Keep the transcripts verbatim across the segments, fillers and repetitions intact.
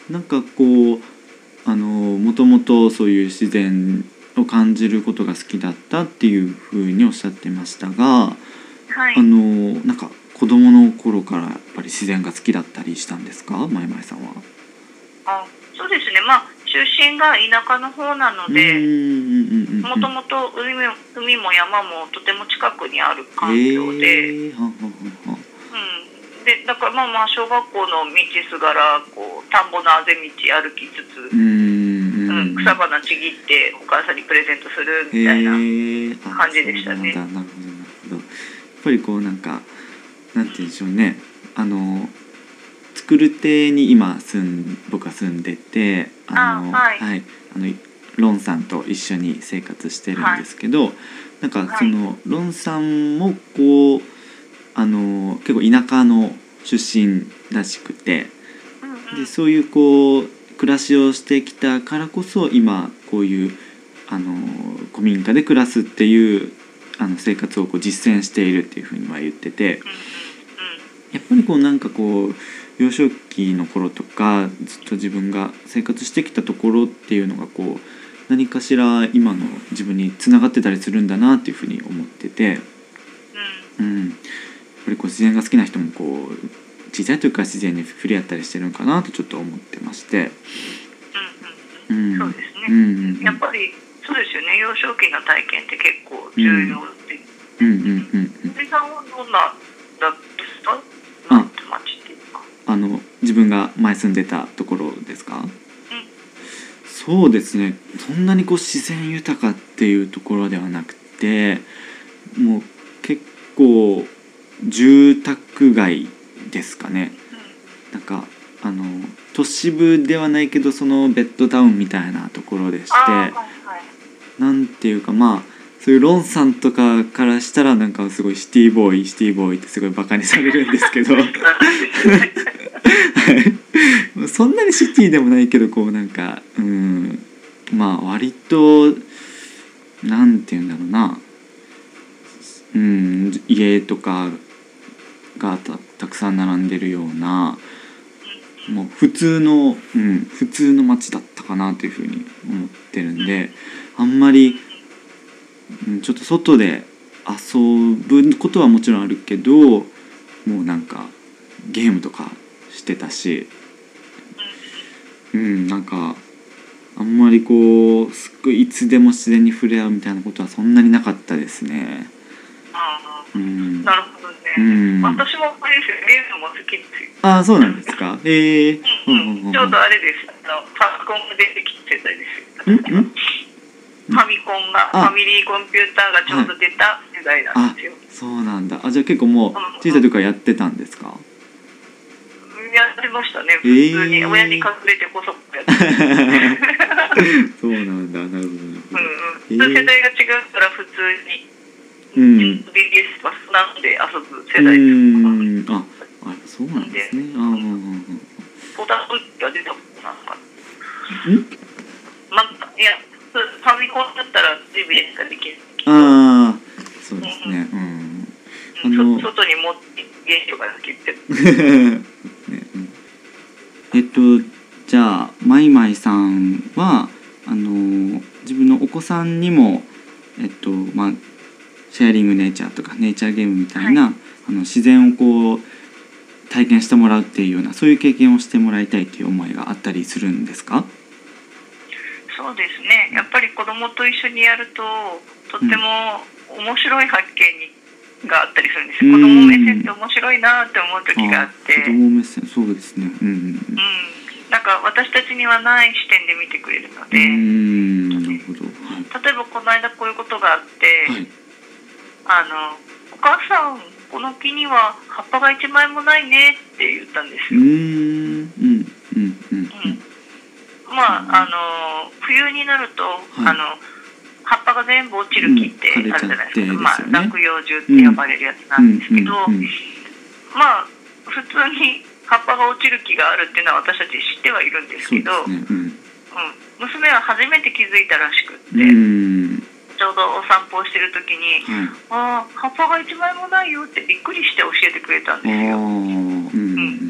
なんかこうあのもともとそういう自然を感じることが好きだったっていうふうにおっしゃってましたが、 はい、 あのなんか子供の頃からやっぱり自然が好きだったりしたんですか、まいまいさんは。 あ、そうですね。まあ出身が田舎の方なので、もともと海も海も山もとても近くにある環境で、 えー、ははははうん、でだからまあまあ小学校の道すがらこう田んぼのあぜ道歩きつつ、うん、草花ちぎってお母さんにプレゼントするみたいな感じでしたね。 えー、なるほどなるほど。やっぱりこうなんかなんて言うんでしょうね、あの作る手に今住ん僕は住んでて、あの、 はいはい、あのロンさんと一緒に生活してるんですけど、はい、なんかその、はい、ロンさんもこうあの結構田舎の出身らしくて、うんうん、でそういうこう暮らしをしてきたからこそ今こういうあの古民家で暮らすっていうあの生活をこう実践しているっていうふうには言ってて、やっぱりこうなんかこう幼少期の頃とかずっと自分が生活してきたところっていうのがこう何かしら今の自分につながってたりするんだなっていうふうに思ってて、うん、やっぱりこう自然が好きな人もこう小さい時から自然に触れ合ったりしてるのかなとちょっと思ってまして、 うんうんうん、そうですね、うんうんうん、やっぱりそうですよね。幼少期の体験って結構重要で、うんうんうんうん、森さんはどんなだったですか？あ、 あの自分が前住んでたところですか？うん、そうですね、そんなにこう自然豊かっていうところではなくて、もう結構住宅街ですかね、うん、なんかあの都市部ではないけどそのベッドタウンみたいなところでして、はいはい、なんていうかまあそういうロンさんとかからしたらなんかすごいシティボーイシティボーイってすごいバカにされるんですけどそんなにシティでもないけどこうなんかうんまあ割となんていうんだろうな、うん家とかが た, たくさん並んでるようなもう普通の、うん、普通の街だったかなというふうに思ってるんで、あんまりちょっと外で遊ぶことはもちろんあるけどもうなんかゲームとかしてたし、うんなんかあんまりこうすっごいいつでも自然に触れ合うみたいなことはそんなになかったですね。 あ、うん、なるほどね、うん、私もあれですよ、ゲームも好きですよ。 ああ、そうなんですか。へえーうんうん、ちょうどあれです、あのファミコンが出てきて世代ですよ。んんファミコンがファミリーコンピューターがちょうど出た世代なんですよ。 あ、そうなんだ。あ、じゃあ結構もう小さい時からやってたんですか？ やってましたね。普通に親に隠れてこそやってそうなんだ。なるほどなるほど。 うんうん。世代が違うから普通に、うん、ビーエス バスなんで遊ぶ世代ですか。 うん。あ、あ、そうなんですね。ああ、うんうんうん。 ポータブルが出たことなんか。ん？まいや。ファミコンだったら ジービーエス ができる。 ああ、そうですね。うん。 あの外に持ってゲームができる。えっとじゃあマイマイさんはあの自分のお子さんにもえっとまあシェアリングネイチャーとかネイチャーゲームみたいな、はい、あの自然をこう体験してもらうっていうようなそういう経験をしてもらいたいという思いがあったりするんですか？ そうですね。やっぱり子供と一緒にやるととっても面白い発見があったりするんですよ。子供目線って面白いなって思う時があって。 子供目線、そうですね。うんうんうん。 なんか私たちにはない視点で見てくれるので。うん、なるほど。はい、例えばこの間こういうことがあって、はい、あのお母さんこの木には葉っぱが一枚もないねって言ったんですよ。うんうんうんうん。まああの冬になると、はい、あの葉っぱが全部落ちる木ってあるじゃないですか。うん、まあ落葉樹って呼ばれるやつなんですけど、うんうんうんうん、まあ普通に葉っぱが落ちる木があるっていうのは私たち知ってはいるんですけど、ね、うんうん、娘は初めて気づいたらしくって、うん、ちょうどお散歩をしてる時に、はい、ああ葉っぱが一枚もないよってびっくりして教えてくれたんですよ。うんうん、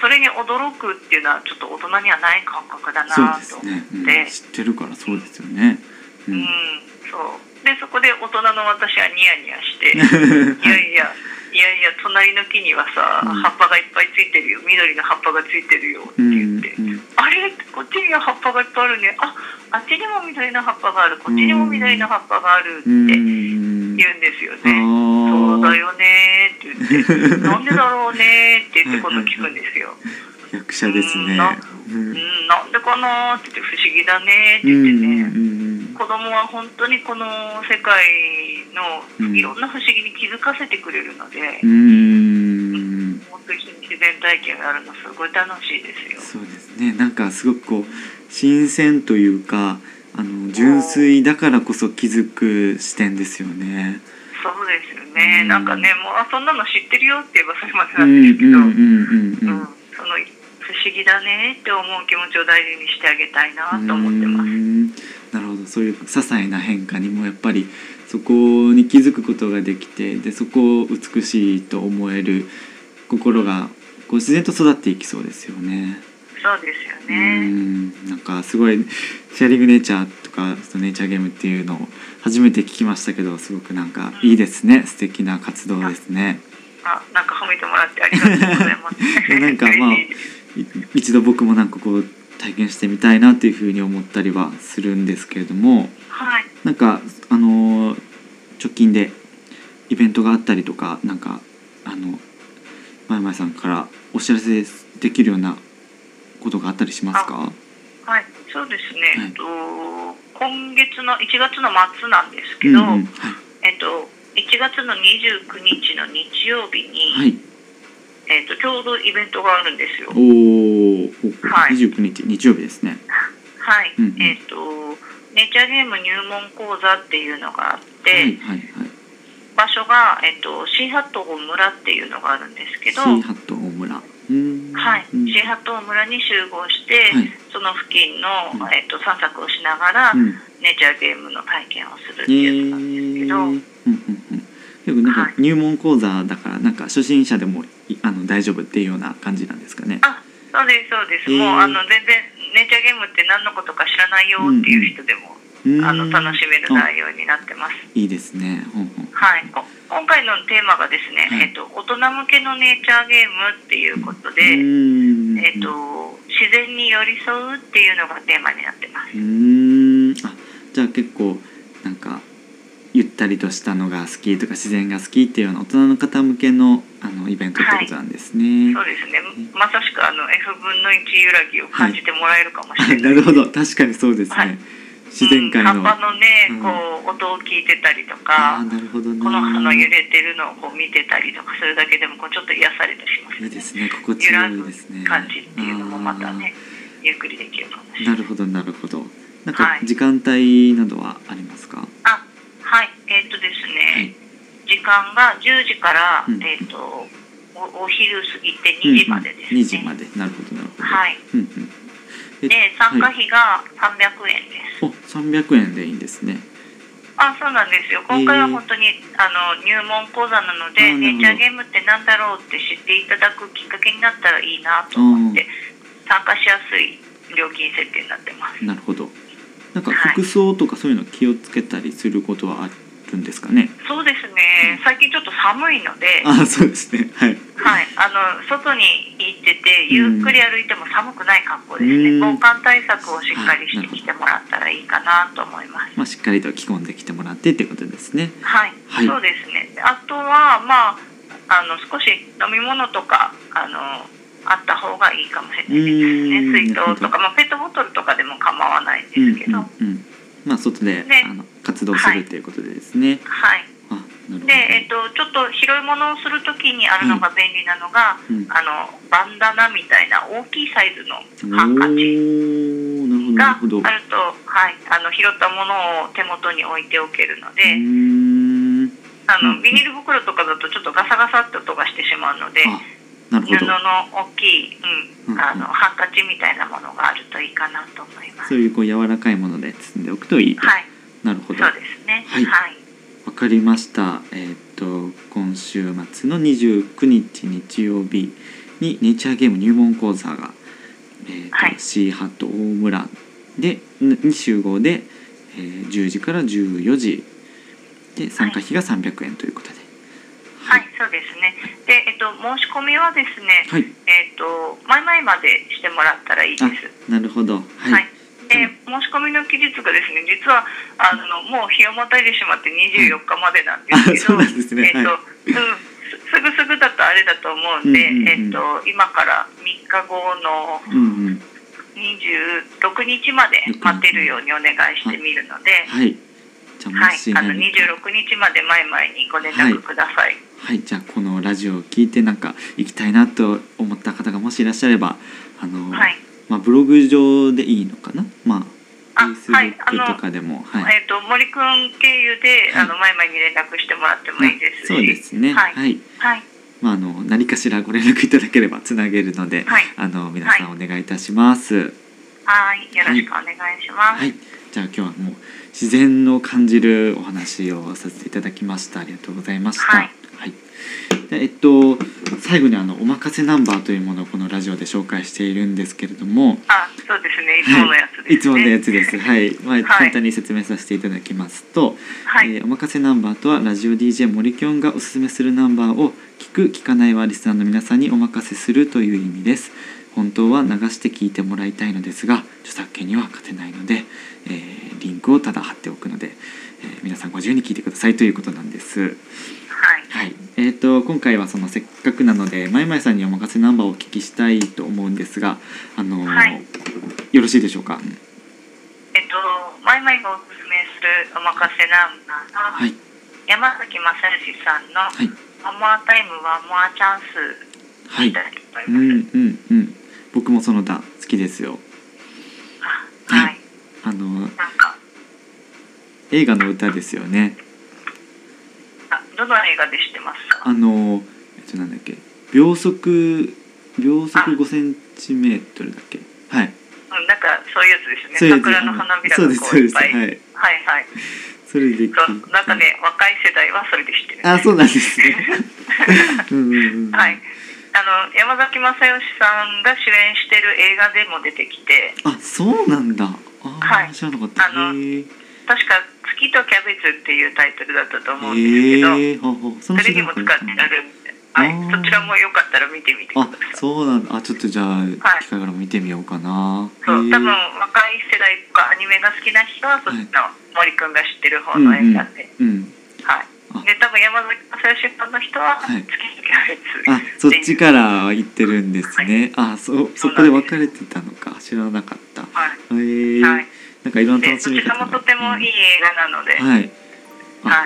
それに驚くっていうのはちょっと大人にはない感覚だなと思って、 そうですね、うん、知ってるからそうですよね。 うん、うん、そうでそこで大人の私はニヤニヤしていやいやいやいや隣の木にはさ、うん、葉っぱがいっぱいついてるよ、緑の葉っぱがついてるよって言って、うんうん、あれこっちには葉っぱがいっぱいあるね、ああっちにも緑の葉っぱがある、こっちにも緑の葉っぱがあるって言うんですよね、うん、そうだよねって言ってなんでだろうねって言って今度聞くんですよ。 役者ですね。 うん な,、うん、なんでかなって言って不思議だねって言ってね、うんうん、子供は本当にこの世界のいろんな不思議に気づかせてくれるので、うん、本当に自然体験があるのすごい楽しいですよ。 そうですね、なんかすごくこう新鮮というかあの純粋だからこそ気づく視点ですよね。 そうですよね、うん、なんかねもうあそんなの知ってるよって言えばそれまでなんですけど、その不思議だねって思う気持ちを大事にしてあげたいなと思ってます。 なるほど、そういう些細な変化にもやっぱりそこに気づくことができて、でそこを美しいと思える心がこう自然と育っていきそうですよね。 そうですよね。 うんなんかすごいシェアリングネイチャーとかそのネイチャーゲームっていうのを初めて聞きましたけど、すごくなんかいいですね、うん、素敵な活動ですね。 あ、なんか褒めてもらってありがとうございますなんかまあ一度僕もなんかこう体験してみたいなというふうに思ったりはするんですけれども、 はい、 なんかあの直近でイベントがあったりとか、なんかあのまいまいさんからお知らせできるようなことがあったりしますか？ はい、そうですね、はい、えっと、今月のいちがつの末なんですけど、うんうん、はい、えっと、いちがつのにじゅうくにちの日曜日に、はい、えっと、ちょうどイベントがあるんですよ。 おー、はい、にじゅうくにち日曜日ですね。 はい、うんうん、えっとネイチャーゲーム入門講座っていうのがあって、はいはいはい、場所が、えっと、シーハット大村っていうのがあるんですけど、 シーハット大村、うーん、 はい、うん、シーハット大村に集合して、はい、その付近の、えっと、散策をしながら、うん、ネイチャーゲームの体験をするっていうやつなんですけど、えーうんうんうん、よくなんか入門講座だからなんか初心者でもあの大丈夫っていうような感じなんですかね。 あ、そうですそうです、えー、もうあの全然ネイチャーゲームって何のことか知らないよっていう人でも、うんうん、あの楽しめる内容になってます。 いいですね、ほんほん、 はい、今回のテーマがですね、はい、えっと、大人向けのネイチャーゲームっていうことで、えっと、自然に寄り添うっていうのがテーマになってます。 うーん、あ、じゃあ結構なんかゆったりとしたのが好きとか自然が好きっていうような大人の方向けの、あのイベントってことなんですね。 はい、そうですね、まさしくあの エフぶんのいち揺らぎを感じてもらえるかもしれない、 はい、なるほど、確かにそうですね、はい、自然界の、 うん、葉っぱのね、うん、こう音を聞いてたりとか、 あ、なるほどね、 この葉の揺れてるのをこう見てたりとかするだけでもこうちょっと癒されたりしますね。 いいですね、心地よいですね。 揺らぐ感じっていうのもまたねゆっくりできるかもしれない。 なるほどなるほど。なんか時間帯などはありますか？ あ、はい、えー、っとですね、はい、時間がじゅうじから、うん、えー、っと お, お昼過ぎてにじまでですね、うんうん、にじまで、なるほどなるほど、はい、うんうん、で参加費がさんびゃくえんです。 はい、お、さんびゃくえんでいいんですね。 あ、そうなんですよ。今回は本当に、えー、あの入門講座なので、ネイチャーゲームってなんだろうって知っていただくきっかけになったらいいなと思って参加しやすい料金設定になってます。 なるほど。なんか服装とかそういうの気をつけたりすることはあるんですかね？ そうですね、最近ちょっと寒いので、 あ、そうですね、はい、 はい、あの外に行っててゆっくり歩いても寒くない格好ですね。防寒対策をしっかりしてきてもらったらいいかなと思います。 まあ、しっかりと着込んできてもらってっていうことですね。 はい、はい、そうですね。あとはまああの少し飲み物とかあのあった方がいいかもしれないですね。水筒とか、まあ、ペットボトルとかでも構わないんですけど、うんうんうん、まあ、 外であの活動するということでですね。 はい、はい、あ、なるほど。で、えー、とちょっと広いものをするときにあるのが便利なのが、はい、うん、あのバンダナみたいな大きいサイズのハンカチがあると、はい、あの拾ったものを手元に置いておけるので、うーん、あのビニール袋とかだとちょっとガサガサって音がしてしまうので、布の大きい、うん、あのハンカチみたいなものがあるといいかなと思います。 そういうこう柔らかいもので包んでおくといいと。はい、なるほど。 そうですね。 はい。はい、わかりました。えっと今週末のにじゅうくにち日曜日にネイチャーゲーム入門講座が、えーとはい、 シーハット大村でに集合で、えー、じゅうじからじゅうよじで参加費がさんびゃくえんということで、 はい、はい、そうですね。で、えっと、申し込みはですね、 はい、 えっと、前々までしてもらったらいいです。 あ、なるほど、はい、 はい、で申し込みの期日がですね、実はあのもう日をまたいでしまってにじゅうよっかまでなんですけど、 はい、そうなんですね、 えっと、 はい、 うん、すぐすぐだとあれだと思うんで、 うんうんうん、 えっと、今からみっかごのにじゅうろくにちまで待てるようにお願いしてみるので、 はい、じゃあもしはい、あのにじゅうろくにちまで前々にご連絡ください。 はい、はい、じゃあこのラジオを聞いてなんか行きたいなと思った方がもしいらっしゃれば、あの、はい、まあ、ブログ上でいいのかな、まあ、Facebook とかでも、はい、 えー、と森くん経由で、はい、あの前々に連絡してもらってもいいですし、 そうですね、はい、はいはい、まあ、あの何かしらご連絡いただければつなげるので、はい、あの皆さんお願いいたします。 はい、よろしくお願いします。 はい、じゃあ今日はもう自然の感じるお話をさせていただきました。ありがとうございました。はい、はい、でえっと最後にあのおまかせナンバーというものをこのラジオで紹介しているんですけれども、 あ、そうですね、いつものやつですね。はい、 いつものやつです。はい、まあ、簡単に説明させていただきますと、はい、えー、おまかせナンバーとはラジオ ディージェー 森きょんがおすすめするナンバーを聞く聞かないはリスナーの皆さんにお任せするという意味です。本当は流して聞いてもらいたいのですが著作権には勝てないので、えー、リンクをただ貼っておくので、えー、皆さんご自由に聞いてくださいということなんです。はい、はい、えーと今回はそのせっかくなのでまいまいさんにお任せナンバーをお聞きしたいと思うんですが、あのーはい、よろしいでしょうか。 えっとまいまいがおすすめするお任せナンバーが、はい、山崎正義さんの、はい、ワンモアタイムワンモアチャンスみたいな、はい、うんうんうん、僕もその歌好きですよ。 あ、はい、 あのなんか映画の歌ですよね。 あ、どの映画で知ってますか？ あのえっとなんだっけ、秒速秒速ごセンチメートルだっけ、はい、 うん、なんかそういうやつですね。桜の花びらがこういっぱい、はい、はいはい、 それでそうなんかね、若い世代はそれで知ってる、ね、 あ、そうなんですねうんうん、うん、 はい、あの山崎正義さんが主演してる映画でも出てきて、 あ、そうなんだ、あ、はい、知らなかった。 あの確か月とキャベツっていうタイトルだったと思うんですけど、えー、ほほそれにも使ってあるんで、はい、そちらもよかったら見てみてください。 あ、そうなんだ。あ、ちょっとじゃあ、はい、機会から見てみようかな。 そう、多分若い世代とかアニメが好きな人はそっちの森くんが知ってる方の映画で、うんうんうん、はい、で多分山崎正義さんの人は月とキャベツ、 はい、あ、そっちから言ってるんですね。はい、あ、そそこで分かれてたのか、知らなかった。はい、へえ、はい、なんかいろんな楽しみ方が。 そちらもとてもいい映画なので、 はい、 はい、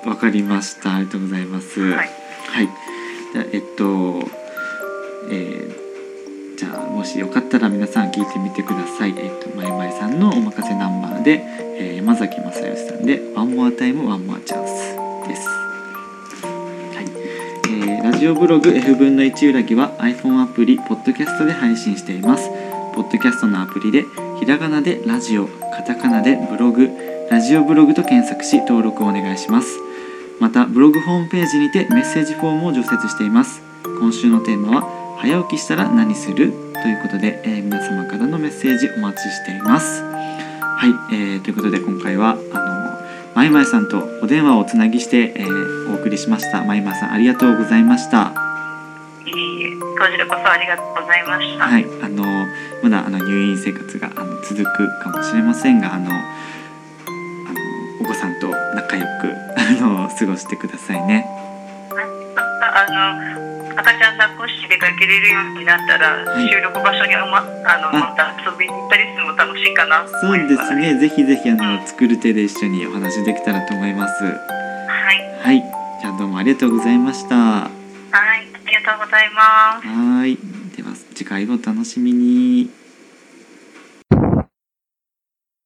わかりました。ありがとうございます。はい、はい、じゃあえっと、えー、じゃあもしよかったら皆さん聞いてみてください。えっとまいまいさんのおまかせナンバーで、えー、山崎正義さんでワンモアタイムワンモアチャンスです。はい、えー、ラジオブログ エフぶんのいち 裏木は iPhone アプリポッドキャストで配信しています。ポッドキャストのアプリでひらがなでラジオ、カタカナでブログ、ラジオブログと検索し登録をお願いします。またブログホームページにてメッセージフォームを常設しています。今週のテーマは早起きしたら何するということで、えー、皆様からのメッセージお待ちしています。はい、えー、ということで今回はあのまいまいさんとお電話をつなぎして、えー、お送りしました。まいまいさんありがとうございました。 いいえ、こちらこそありがとうございました。 はい、あのまだあの入院生活があの続くかもしれませんが、あのお子さんと仲良くあの過ごしてくださいね。 あの赤ちゃん抱っこして出かけれるようになったら、はい、収録場所にお、ま、あのまた遊びに行ったりするのも楽しいかな。 そうですね、ぜひぜひあの、うん、作る手で一緒にお話できたらと思います。はい、はい、じゃあどうもありがとうございました。はい、 ありがとうございます。 はい、では次回をお楽しみに。